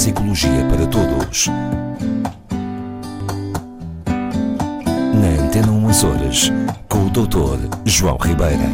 Psicologia para Todos. Na Antena 1 Açores, com o Dr. João Ribeira.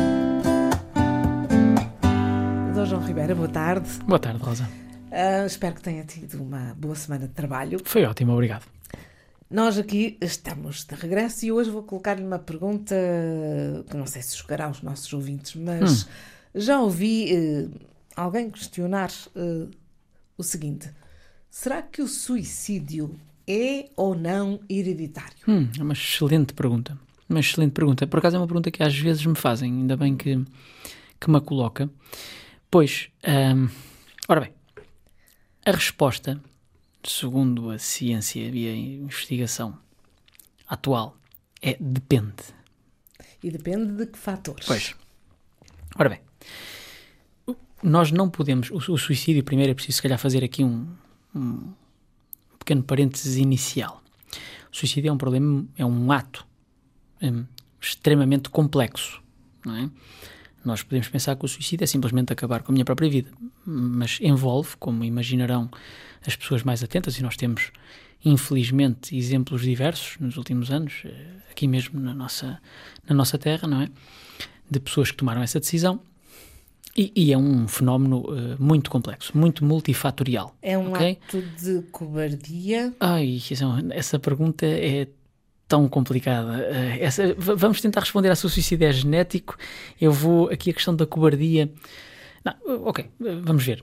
Dr. João Ribeira, boa tarde. Boa tarde, Rosa. Espero que tenha tido uma boa semana de trabalho. Foi ótimo, obrigado. Nós aqui estamos de regresso e hoje vou colocar-lhe uma pergunta que não sei se chocará aos nossos ouvintes, mas já ouvi alguém questionar o seguinte: será que o suicídio é ou não hereditário? É uma excelente pergunta. Uma excelente pergunta. Por acaso é uma pergunta que às vezes me fazem, ainda bem que me a coloca. Pois, ora bem, a resposta, segundo a ciência e a investigação atual, é depende. E depende de que fatores? Pois. Ora bem, nós não podemos... O suicídio, primeiro é preciso, se calhar, fazer aqui um pequeno parênteses inicial. O suicídio é um problema, é um ato extremamente complexo, não é? Nós podemos pensar que o suicídio é simplesmente acabar com a minha própria vida, mas envolve, como imaginarão as pessoas mais atentas, e nós temos, infelizmente, exemplos diversos nos últimos anos, aqui mesmo na nossa terra, não é? De pessoas que tomaram essa decisão, e é um fenómeno muito complexo, muito multifatorial. É um okay? ato de cobardia? Ai, essa pergunta é tão complicada. Vamos tentar responder se o suicídio é genético. Eu vou aqui a questão da cobardia. Não, ok, vamos ver.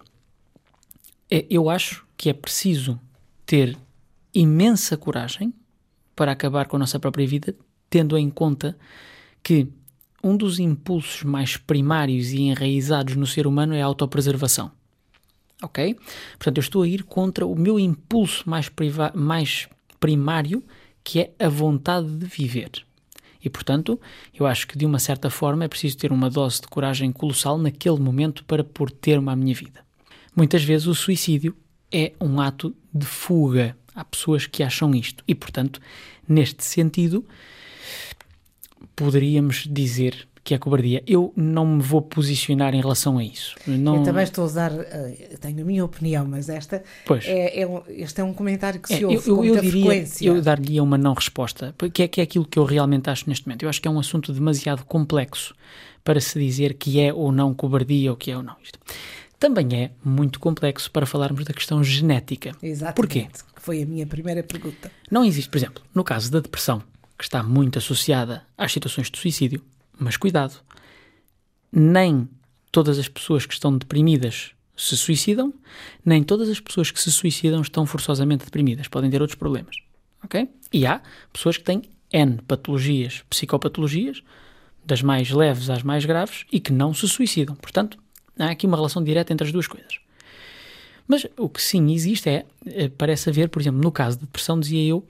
Eu acho que é preciso ter imensa coragem para acabar com a nossa própria vida, tendo em conta que um dos impulsos mais primários e enraizados no ser humano é a autopreservação. Ok? Portanto, eu estou a ir contra o meu impulso mais primário, que é a vontade de viver. E, portanto, eu acho que, de uma certa forma, é preciso ter uma dose de coragem colossal naquele momento para pôr termo à minha vida. Muitas vezes o suicídio é um ato de fuga. Há pessoas que acham isto. E, portanto, neste sentido, poderíamos dizer que é cobardia. Eu não me vou posicionar em relação a isso. Eu também estou a usar, tenho a minha opinião, mas este é um comentário que se ouve com muita frequência. Eu dar-lhe uma não resposta, que é aquilo que eu realmente acho neste momento. Eu acho que é um assunto demasiado complexo para se dizer que é ou não cobardia ou que é ou não isto. Também é muito complexo para falarmos da questão genética. Exatamente. Porquê? Que foi a minha primeira pergunta. Não existe, por exemplo, no caso da depressão, que está muito associada às situações de suicídio, mas cuidado, nem todas as pessoas que estão deprimidas se suicidam, nem todas as pessoas que se suicidam estão forçosamente deprimidas. Podem ter outros problemas, ok? E há pessoas que têm N patologias, psicopatologias, das mais leves às mais graves, e que não se suicidam. Portanto, há aqui uma relação direta entre as duas coisas. Mas o que sim existe parece haver, por exemplo, no caso de depressão, dizia eu,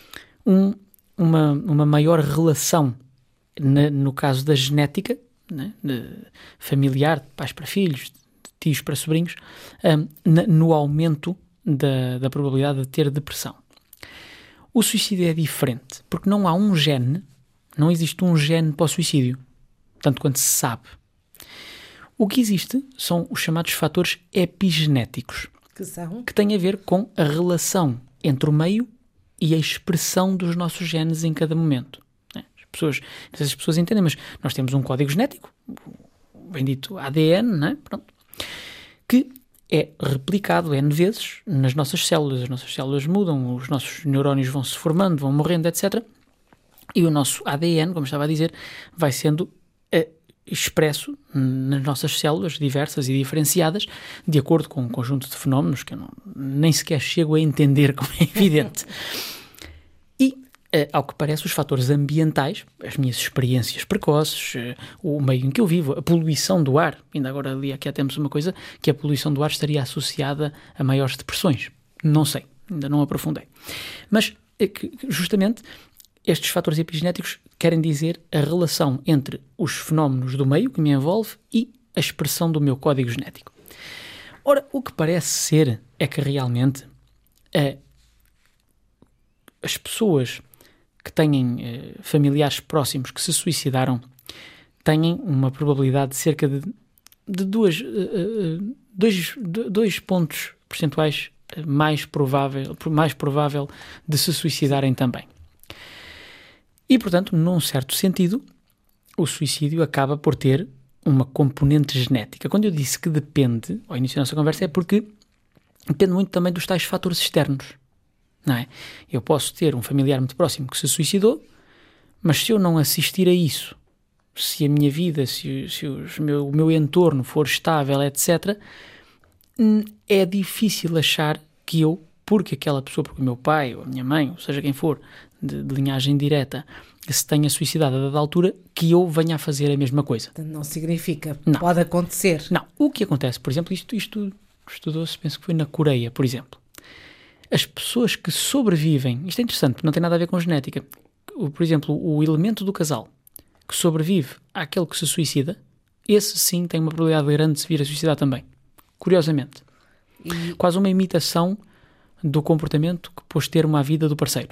uma maior relação no caso da genética, né, familiar, de pais para filhos, de tios para sobrinhos, no aumento da probabilidade de ter depressão. O suicídio é diferente, porque não há um gene, não existe um gene para o suicídio, tanto quanto se sabe. O que existe são os chamados fatores epigenéticos, que têm a ver com a relação entre o meio e a expressão dos nossos genes em cada momento. Não sei se as pessoas entendem, mas nós temos um código genético, o bendito ADN, não é? Pronto, que é replicado N vezes nas nossas células. As nossas células mudam, os nossos neurónios vão se formando, vão morrendo, etc. E o nosso ADN, como estava a dizer, vai sendo expresso nas nossas células diversas e diferenciadas, de acordo com um conjunto de fenómenos que eu nem sequer chego a entender, como é evidente. E, ao que parece, os fatores ambientais, as minhas experiências precoces, o meio em que eu vivo, a poluição do ar, ainda agora ali aqui há tempos uma coisa, que a poluição do ar estaria associada a maiores depressões. Não sei, ainda não aprofundei. Mas, justamente, estes fatores epigenéticos querem dizer a relação entre os fenómenos do meio que me envolve e a expressão do meu código genético. Ora, o que parece ser é que realmente as pessoas que têm familiares próximos que se suicidaram têm uma probabilidade de cerca de 2 pontos percentuais mais provável de se suicidarem também. E, portanto, num certo sentido, o suicídio acaba por ter uma componente genética. Quando eu disse que depende, ao início da nossa conversa, é porque depende muito também dos tais fatores externos, não é? Eu posso ter um familiar muito próximo que se suicidou, mas se eu não assistir a isso, se a minha vida, se o meu entorno for estável, etc., é difícil achar que eu, porque aquela pessoa, porque o meu pai, ou a minha mãe, ou seja quem for, de linhagem direta, se tenha suicidado a dada altura, que eu venha a fazer a mesma coisa. Não significa. Não. Pode acontecer. Não. O que acontece, por exemplo, isto estudou-se, penso que foi na Coreia, por exemplo. As pessoas que sobrevivem, isto é interessante, porque não tem nada a ver com genética. Por exemplo, o elemento do casal que sobrevive àquele que se suicida, esse sim tem uma probabilidade grande de se vir a suicidar também. Curiosamente. Quase uma imitação do comportamento que pôs termo à vida do parceiro.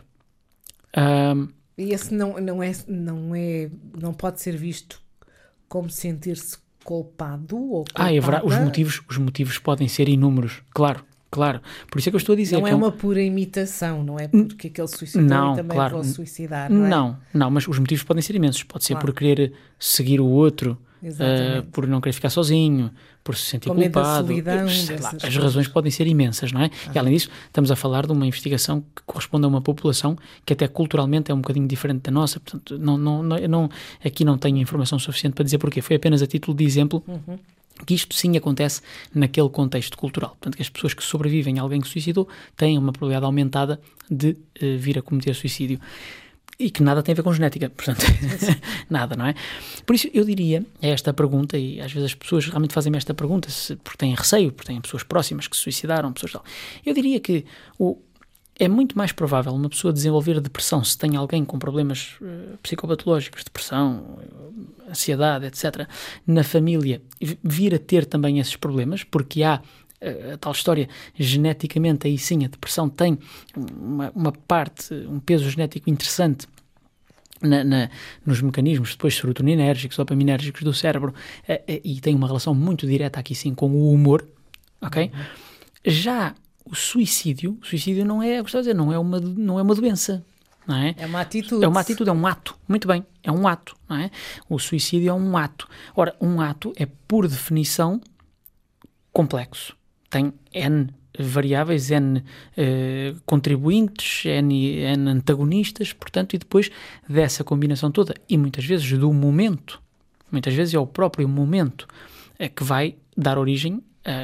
E esse não pode ser visto como sentir-se culpado ou culpada? É verdade. Os motivos podem ser inúmeros, claro. Por isso é que eu estou a dizer. Não é uma pura imitação, não é porque aquele suicidou e também vou suicidar, não é? Não, mas os motivos podem ser imensos. Pode ser por querer seguir o outro, por não querer ficar sozinho, por se sentir culpado. Solidão, as razões podem ser imensas, não é? E além disso, estamos a falar de uma investigação que corresponde a uma população que até culturalmente é um bocadinho diferente da nossa. Portanto, aqui não tenho informação suficiente para dizer porquê. Foi apenas a título de exemplo. Que isto sim acontece naquele contexto cultural. Portanto, que as pessoas que sobrevivem a alguém que se suicidou têm uma probabilidade aumentada de vir a cometer suicídio. E que nada tem a ver com genética. Portanto, nada, não é? Por isso, eu diria, é esta pergunta, e às vezes as pessoas realmente fazem-me esta pergunta, porque têm receio, porque têm pessoas próximas que se suicidaram, pessoas tal. Eu diria que é muito mais provável uma pessoa desenvolver depressão se tem alguém com problemas psicopatológicos, depressão, ansiedade, etc., na família, vir a ter também esses problemas, porque há a tal história, geneticamente, aí sim, a depressão tem uma parte, um peso genético interessante nos mecanismos depois serotoninérgicos, dopaminérgicos do cérebro, e tem uma relação muito direta aqui sim com o humor, ok? Já o suicídio não é, gostava de dizer, não é uma doença, não é? É uma atitude. É uma atitude, é um ato. Muito bem, é um ato, não é? O suicídio é um ato. Ora, um ato é, por definição, complexo. Tem N variáveis, N contribuintes, N antagonistas, portanto, e depois dessa combinação toda, e muitas vezes do momento, muitas vezes é o próprio momento que vai dar origem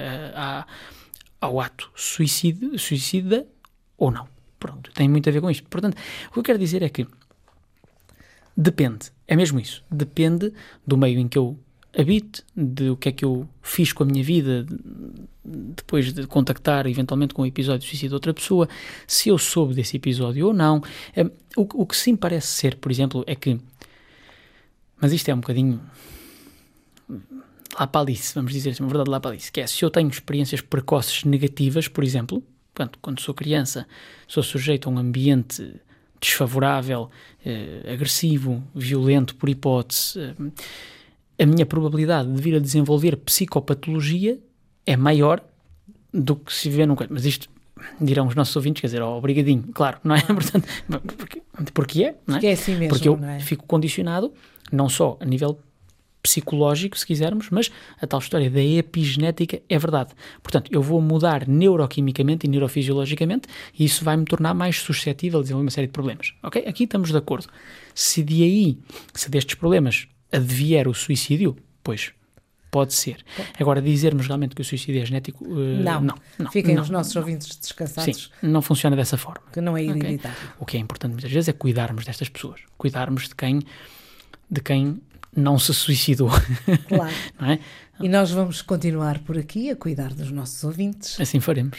ao ato suicida ou não. Pronto, tem muito a ver com isto. Portanto, o que eu quero dizer é que depende, é mesmo isso, depende do meio em que eu habite, do que é que eu fiz com a minha vida depois de contactar eventualmente com o episódio de suicídio de outra pessoa, se eu soube desse episódio ou não. O que sim parece ser, por exemplo, é que, mas isto é um bocadinho lapalice, vamos dizer assim, uma verdade lapalice, que é, se eu tenho experiências precoces negativas, por exemplo, quando sou criança, sou sujeito a um ambiente desfavorável, agressivo, violento, por hipótese, a minha probabilidade de vir a desenvolver psicopatologia é maior do que se vê num... Mas isto dirão os nossos ouvintes, quer dizer, obrigadinho, claro, não é? Portanto, porque é, não é? Porque é assim mesmo, porque eu não é? fico condicionado, não só a nível psicológico, se quisermos, mas a tal história da epigenética é verdade. Portanto, eu vou mudar neuroquimicamente e neurofisiologicamente e isso vai me tornar mais suscetível a desenvolver uma série de problemas. Ok? Aqui estamos de acordo. Se destes problemas advier o suicídio, pois pode ser. Agora, dizermos realmente que o suicídio é genético, não. Fiquem os nossos ouvintes descansados. Sim, não funciona dessa forma. Que não é hereditário. Okay? O que é importante muitas vezes é cuidarmos destas pessoas, cuidarmos de quem não se suicidou. Claro. Não é? E nós vamos continuar por aqui a cuidar dos nossos ouvintes. Assim faremos.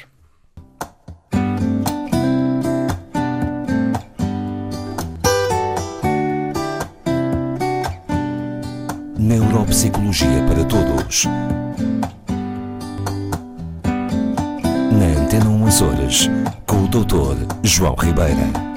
Neuropsicologia para todos. Na Antena 1 Açores, com o Dr. João Ribeira.